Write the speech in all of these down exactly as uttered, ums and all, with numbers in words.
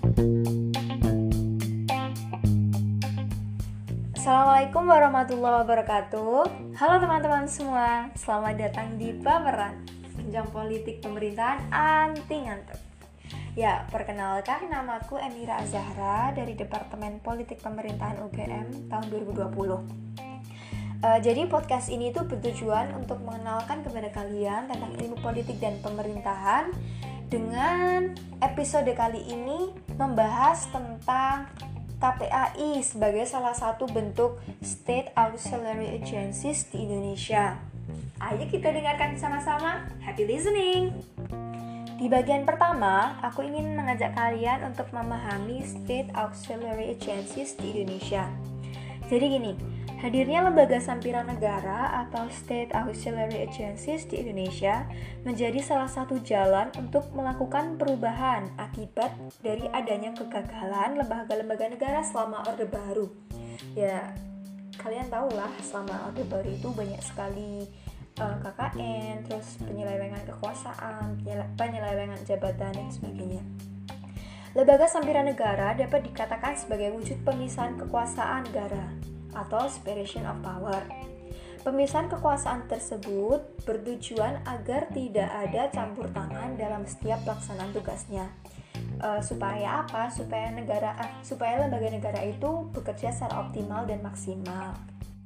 Assalamualaikum warahmatullahi wabarakatuh. Halo teman-teman semua, selamat datang di Baperan, Bincang Politik Pemerintahan Anti Ngantuk. Ya, perkenalkan, namaku Emira Azahra dari Departemen Politik Pemerintahan U G M tahun dua ribu dua puluh. Uh, jadi podcast ini tuh bertujuan untuk mengenalkan kepada kalian tentang ilmu politik dan pemerintahan. Dengan episode kali ini membahas tentang K P A I sebagai salah satu bentuk State Auxiliary Agencies di Indonesia. Ayo kita dengarkan sama-sama. Happy listening! Di bagian pertama, aku ingin mengajak kalian untuk memahami State Auxiliary Agencies di Indonesia. Jadi gini, hadirnya lembaga sampiran negara atau State Auxiliary Agencies di Indonesia menjadi salah satu jalan untuk melakukan perubahan akibat dari adanya kegagalan lembaga-lembaga negara selama Orde Baru. Ya, kalian tahulah selama Orde Baru itu banyak sekali uh, K K N, terus penyelewengan kekuasaan, penyelewengan jabatan dan sebagainya. Lembaga sampiran negara dapat dikatakan sebagai wujud pemisahan kekuasaan negara atau separation of power. Pemisahan kekuasaan tersebut bertujuan agar tidak ada campur tangan dalam setiap pelaksanaan tugasnya. Uh, supaya apa? Supaya negara, uh, supaya lembaga negara itu bekerja secara optimal dan maksimal.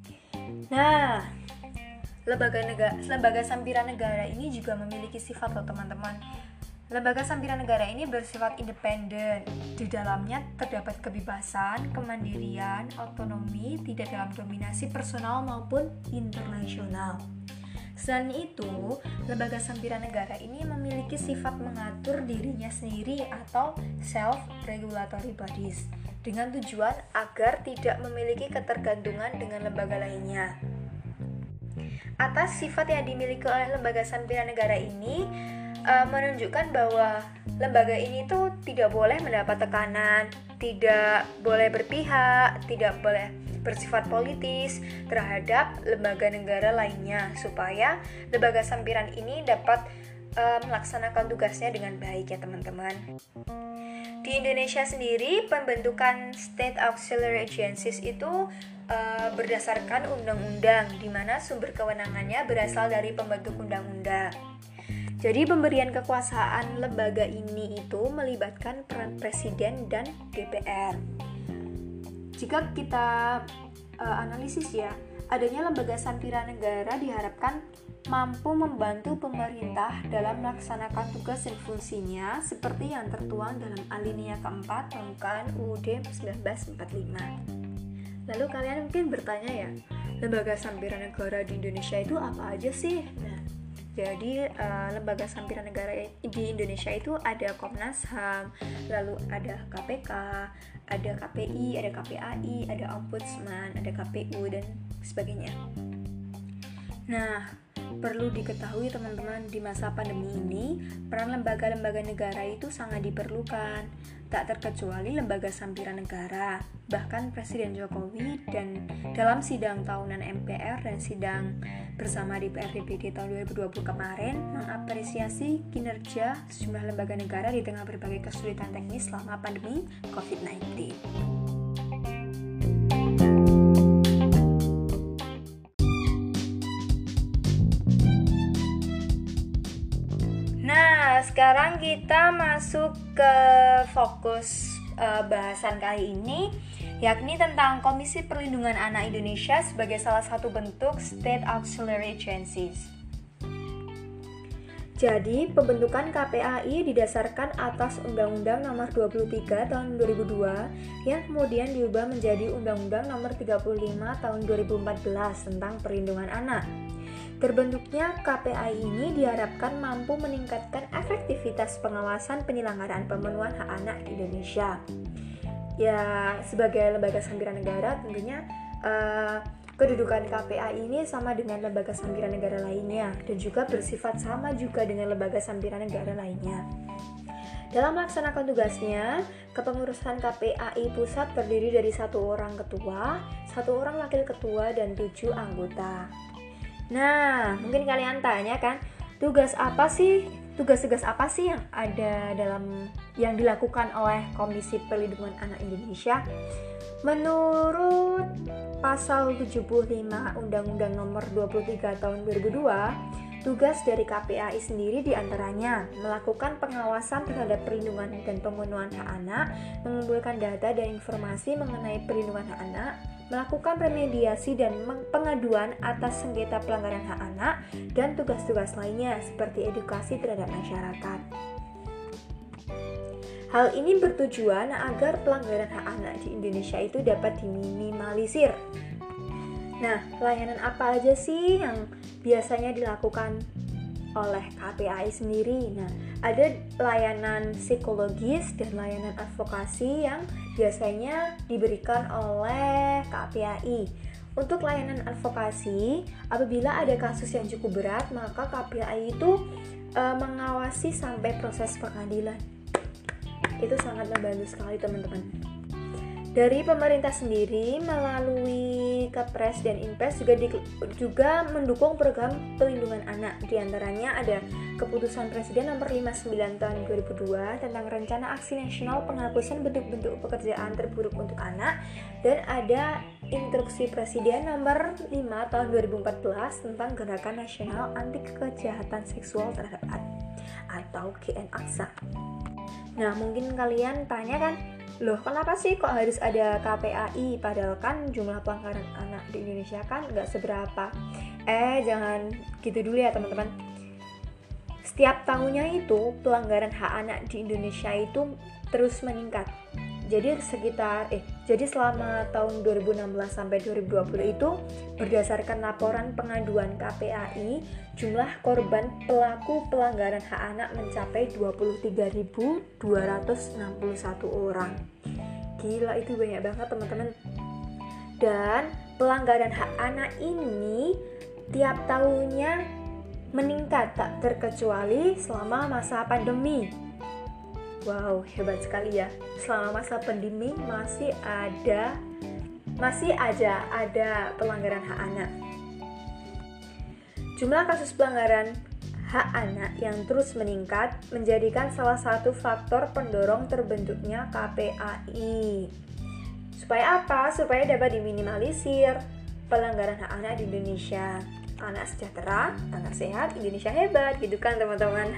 Nah, lembaga negara, lembaga sampiran negara ini juga memiliki sifat loh teman-teman. Lembaga sampiran negara ini bersifat independen. Di dalamnya terdapat kebebasan, kemandirian, otonomi, tidak dalam dominasi personal maupun internasional. Selain itu, lembaga sampiran negara ini memiliki sifat mengatur dirinya sendiri atau self-regulatory bodies dengan tujuan agar tidak memiliki ketergantungan dengan lembaga lainnya. Atas sifat yang dimiliki oleh lembaga sampiran negara ini, Uh, menunjukkan bahwa lembaga ini tuh tidak boleh mendapat tekanan, tidak boleh berpihak, tidak boleh bersifat politis terhadap lembaga negara lainnya, supaya lembaga sampiran ini dapat uh, melaksanakan tugasnya dengan baik ya teman-teman. Di Indonesia sendiri, pembentukan State Auxiliary Agencies itu uh, berdasarkan undang-undang, di mana sumber kewenangannya berasal dari pembentuk undang-undang. Jadi pemberian kekuasaan lembaga ini itu melibatkan peran presiden dan D P R. Jika kita uh, analisis ya, adanya lembaga sampiran negara diharapkan mampu membantu pemerintah dalam melaksanakan tugas dan fungsinya seperti yang tertuang dalam alinea keempat pembukaan U U D seribu sembilan ratus empat puluh lima. Lalu kalian mungkin bertanya ya, lembaga sampiran negara di Indonesia itu apa aja sih? Nah, Jadi uh, lembaga sampiran negara di Indonesia itu ada Komnas H A M, lalu ada K P K, ada K P I, ada K P A I, ada Ombudsman, ada K P U dan sebagainya. Nah, perlu diketahui teman-teman, di masa pandemi ini peran lembaga-lembaga negara itu sangat diperlukan, tak terkecuali lembaga sampiran negara. Bahkan Presiden Jokowi dan dalam sidang tahunan M P R dan sidang bersama D P R D P D tahun dua ribu dua puluh kemarin mengapresiasi kinerja sejumlah lembaga negara di tengah berbagai kesulitan teknis selama pandemi covid sembilan belas. Nah, sekarang kita masuk ke fokus uh, bahasan kali ini, yakni tentang Komisi Perlindungan Anak Indonesia sebagai salah satu bentuk State Auxiliary Agencies. Jadi, pembentukan K P A I didasarkan atas Undang-Undang Nomor dua puluh tiga Tahun dua ribu dua yang kemudian diubah menjadi Undang-Undang Nomor tiga puluh lima Tahun dua ribu empat belas tentang Perlindungan Anak. Terbentuknya K P A I ini diharapkan mampu meningkatkan efektivitas pengawasan penyelenggaraan pemenuhan hak anak di Indonesia. Ya, sebagai lembaga sampiran negara tentunya uh, kedudukan K P A I ini sama dengan lembaga sampiran negara lainnya dan juga bersifat sama juga dengan lembaga sampiran negara lainnya. Dalam melaksanakan tugasnya, kepengurusan K P A I pusat terdiri dari satu orang ketua, satu orang wakil ketua, dan tujuh anggota. Nah, mungkin kalian tanya kan, tugas apa sih tugas-tugas apa sih yang ada dalam yang dilakukan oleh Komisi Perlindungan Anak Indonesia? Menurut pasal tujuh puluh lima Undang-Undang Nomor dua puluh tiga Tahun dua ribu dua, tugas dari K P A I sendiri diantaranya melakukan pengawasan terhadap perlindungan dan pemenuhan hak anak, mengumpulkan data dan informasi mengenai perlindungan hak anak, melakukan remediasi dan pengaduan atas sengketa pelanggaran hak anak, dan tugas-tugas lainnya seperti edukasi terhadap masyarakat. Hal ini bertujuan agar pelanggaran hak anak di Indonesia itu dapat diminimalisir. Nah, layanan apa aja sih yang biasanya dilakukan oleh K P A I sendiri? Nah, ada layanan psikologis dan layanan advokasi yang biasanya diberikan oleh K P A I. Untuk layanan advokasi, apabila ada kasus yang cukup berat, maka K P A I itu e, mengawasi sampai proses pengadilan. Itu sangat membantu sekali teman-teman. Dari pemerintah sendiri melalui Kepres dan Inpres juga di, juga mendukung program pelindungan anak. Di antaranya ada Keputusan Presiden Nomor lima puluh sembilan Tahun dua ribu dua tentang Rencana Aksi Nasional Penghapusan Bentuk-bentuk Pekerjaan Terburuk untuk Anak, dan ada Instruksi Presiden Nomor lima Tahun dua ribu empat belas tentang Gerakan Nasional Anti Kejahatan Seksual Terhadap Anak atau G N A K S A. Nah, mungkin kalian tanya kan, loh kenapa sih kok harus ada K P A I, padahal kan jumlah pelanggaran anak di Indonesia kan nggak seberapa. Eh, jangan gitu dulu ya teman-teman. Setiap tahunnya itu pelanggaran hak anak di Indonesia itu terus meningkat. Jadi sekitar eh jadi selama tahun dua ribu enam belas sampai dua ribu dua puluh itu berdasarkan laporan pengaduan K P A I, jumlah korban pelaku pelanggaran hak anak mencapai dua puluh tiga ribu dua ratus enam puluh satu orang. Gila, itu banyak banget teman-teman. Dan pelanggaran hak anak ini tiap tahunnya meningkat tak terkecuali selama masa pandemi. Wow, hebat sekali ya. Selama masa pandemi masih ada masih aja ada pelanggaran hak anak. Jumlah kasus pelanggaran hak anak yang terus meningkat menjadikan salah satu faktor pendorong terbentuknya K P A I. Supaya apa? Supaya dapat diminimalisir pelanggaran hak anak di Indonesia. Anak sejahtera, anak sehat, Indonesia hebat, gitu kan teman-teman.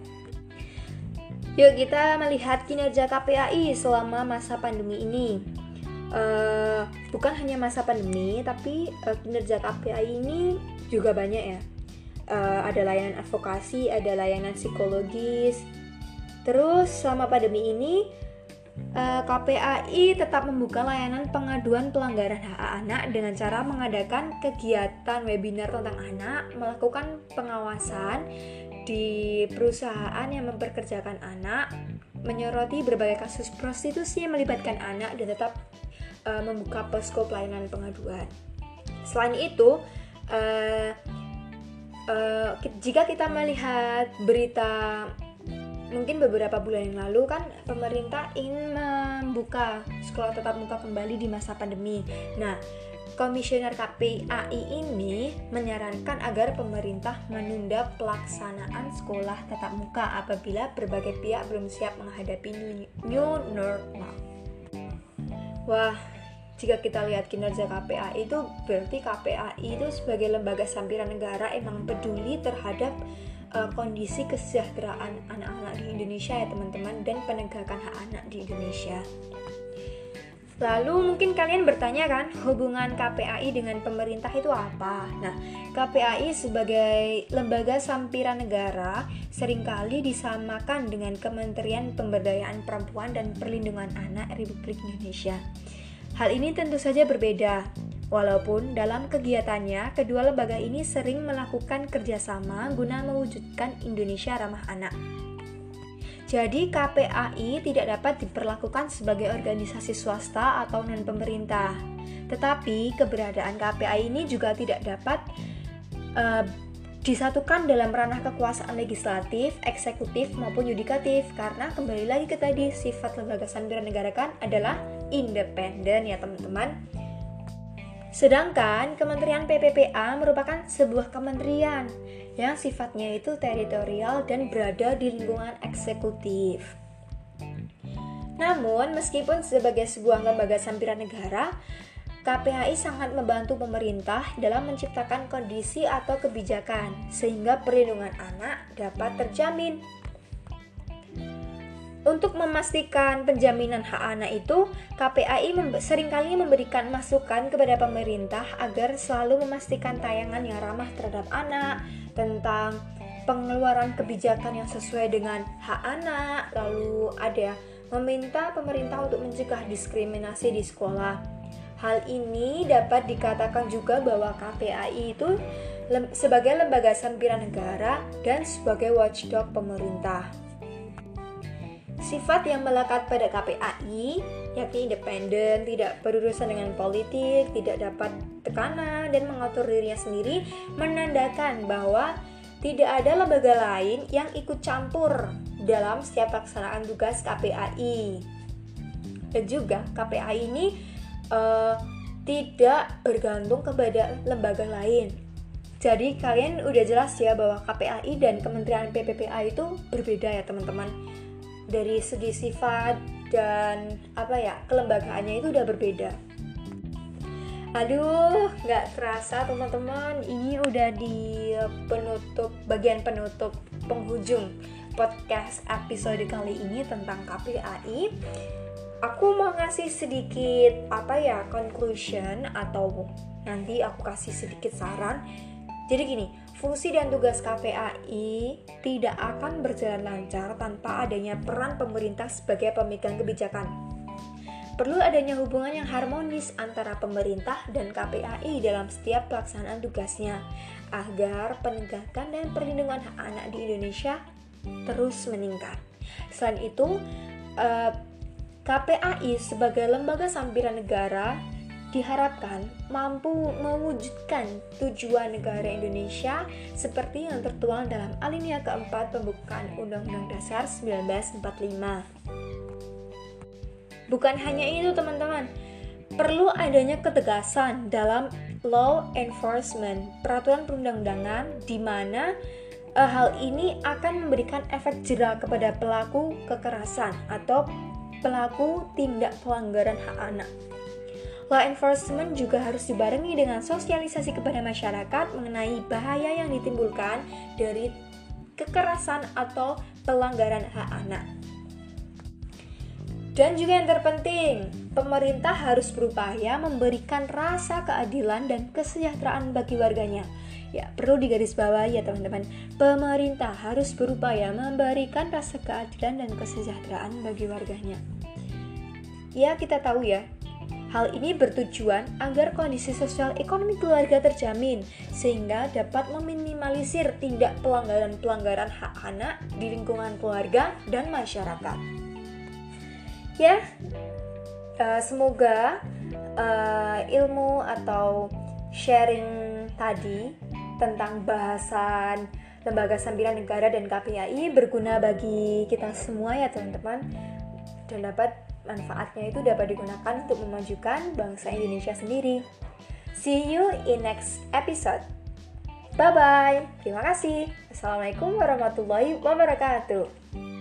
Yuk kita melihat kinerja K P A I selama masa pandemi ini. Uh, bukan hanya masa pandemi, tapi uh, kinerja K P A I ini juga banyak ya. Uh, ada layanan advokasi, ada layanan psikologis. Terus selama pandemi ini uh, K P A I tetap membuka layanan pengaduan pelanggaran hak anak dengan cara mengadakan kegiatan webinar tentang anak, melakukan pengawasan di perusahaan yang memperkerjakan anak, menyoroti berbagai kasus prostitusi yang melibatkan anak, dan tetap uh, membuka posko pelayanan pengaduan. Selain itu, uh, uh, jika kita melihat berita mungkin beberapa bulan yang lalu kan pemerintah ingin membuka sekolah tatap muka kembali di masa pandemi. Nah, Komisioner K P A I ini menyarankan agar pemerintah menunda pelaksanaan sekolah tatap muka apabila berbagai pihak belum siap menghadapi new normal. Wah, jika kita lihat kinerja K P A I itu berarti K P A I itu sebagai lembaga sampiran negara emang peduli terhadap uh, kondisi kesejahteraan anak-anak di Indonesia ya teman-teman, dan penegakan hak anak di Indonesia. Lalu mungkin kalian bertanya kan, hubungan K P A I dengan pemerintah itu apa? Nah, K P A I sebagai lembaga sampiran negara seringkali disamakan dengan Kementerian Pemberdayaan Perempuan dan Perlindungan Anak Republik Indonesia. Hal ini tentu saja berbeda, walaupun dalam kegiatannya kedua lembaga ini sering melakukan kerjasama guna mewujudkan Indonesia ramah anak. Jadi K P A I tidak dapat diperlakukan sebagai organisasi swasta atau non-pemerintah. Tetapi keberadaan K P A I ini juga tidak dapat uh, disatukan dalam ranah kekuasaan legislatif, eksekutif maupun yudikatif, karena kembali lagi ke tadi, sifat lembaga sampiran negara kan adalah independen ya teman-teman. Sedangkan Kementerian P P P A merupakan sebuah kementerian yang sifatnya itu teritorial dan berada di lingkungan eksekutif. Namun, meskipun sebagai sebuah lembaga sampiran negara, K P A I sangat membantu pemerintah dalam menciptakan kondisi atau kebijakan sehingga perlindungan anak dapat terjamin. Untuk memastikan penjaminan hak anak itu, K P A I mem- seringkali memberikan masukan kepada pemerintah agar selalu memastikan tayangan yang ramah terhadap anak, tentang pengeluaran kebijakan yang sesuai dengan hak anak, lalu ada meminta pemerintah untuk mencegah diskriminasi di sekolah. Hal ini dapat dikatakan juga bahwa K P A I itu lem- sebagai lembaga sampiran negara dan sebagai watchdog pemerintah. Sifat yang melekat pada K P A I, yakni independen, tidak berurusan dengan politik, tidak dapat tekanan, dan mengatur dirinya sendiri, menandakan bahwa tidak ada lembaga lain yang ikut campur dalam setiap pelaksanaan tugas K P A I. Dan juga K P A I ini uh, tidak bergantung kepada lembaga lain. Jadi kalian udah jelas ya bahwa K P A I dan Kementerian P P P A itu berbeda ya teman-teman. Dari segi sifat dan apa ya kelembagaannya itu udah berbeda. Aduh, nggak terasa teman-teman, ini udah di penutup bagian penutup penghujung podcast episode kali ini tentang K P A I. Aku mau ngasih sedikit apa ya conclusion atau nanti aku kasih sedikit saran. Jadi gini, fungsi dan tugas K P A I tidak akan berjalan lancar tanpa adanya peran pemerintah sebagai pemegang kebijakan. Perlu adanya hubungan yang harmonis antara pemerintah dan K P A I dalam setiap pelaksanaan tugasnya, agar penegakan dan perlindungan hak anak di Indonesia terus meningkat. Selain itu, K P A I sebagai lembaga sampiran negara diharapkan mampu mewujudkan tujuan negara Indonesia seperti yang tertuang dalam alinea keempat pembukaan Undang-Undang Dasar seribu sembilan ratus empat puluh lima. Bukan hanya itu teman-teman, perlu adanya ketegasan dalam law enforcement, peraturan perundang-undangan, di mana uh, hal ini akan memberikan efek jera kepada pelaku kekerasan atau pelaku tindak pelanggaran hak anak. Law enforcement juga harus dibarengi dengan sosialisasi kepada masyarakat mengenai bahaya yang ditimbulkan dari kekerasan atau pelanggaran hak anak. Dan juga yang terpenting, pemerintah harus berupaya memberikan rasa keadilan dan kesejahteraan bagi warganya. Ya, perlu digarisbawahi ya teman-teman, pemerintah harus berupaya memberikan rasa keadilan dan kesejahteraan bagi warganya. Ya, kita tahu ya, hal ini bertujuan agar kondisi sosial ekonomi keluarga terjamin, sehingga dapat meminimalisir tindak pelanggaran-pelanggaran hak anak di lingkungan keluarga dan masyarakat. Ya, uh, semoga uh, ilmu atau sharing tadi tentang bahasan lembaga sampiran negara dan K P A I berguna bagi kita semua ya teman-teman, dan dapat manfaatnya itu dapat digunakan untuk memajukan bangsa Indonesia sendiri. See you in next episode. Bye bye. Terima kasih. Assalamualaikum warahmatullahi wabarakatuh.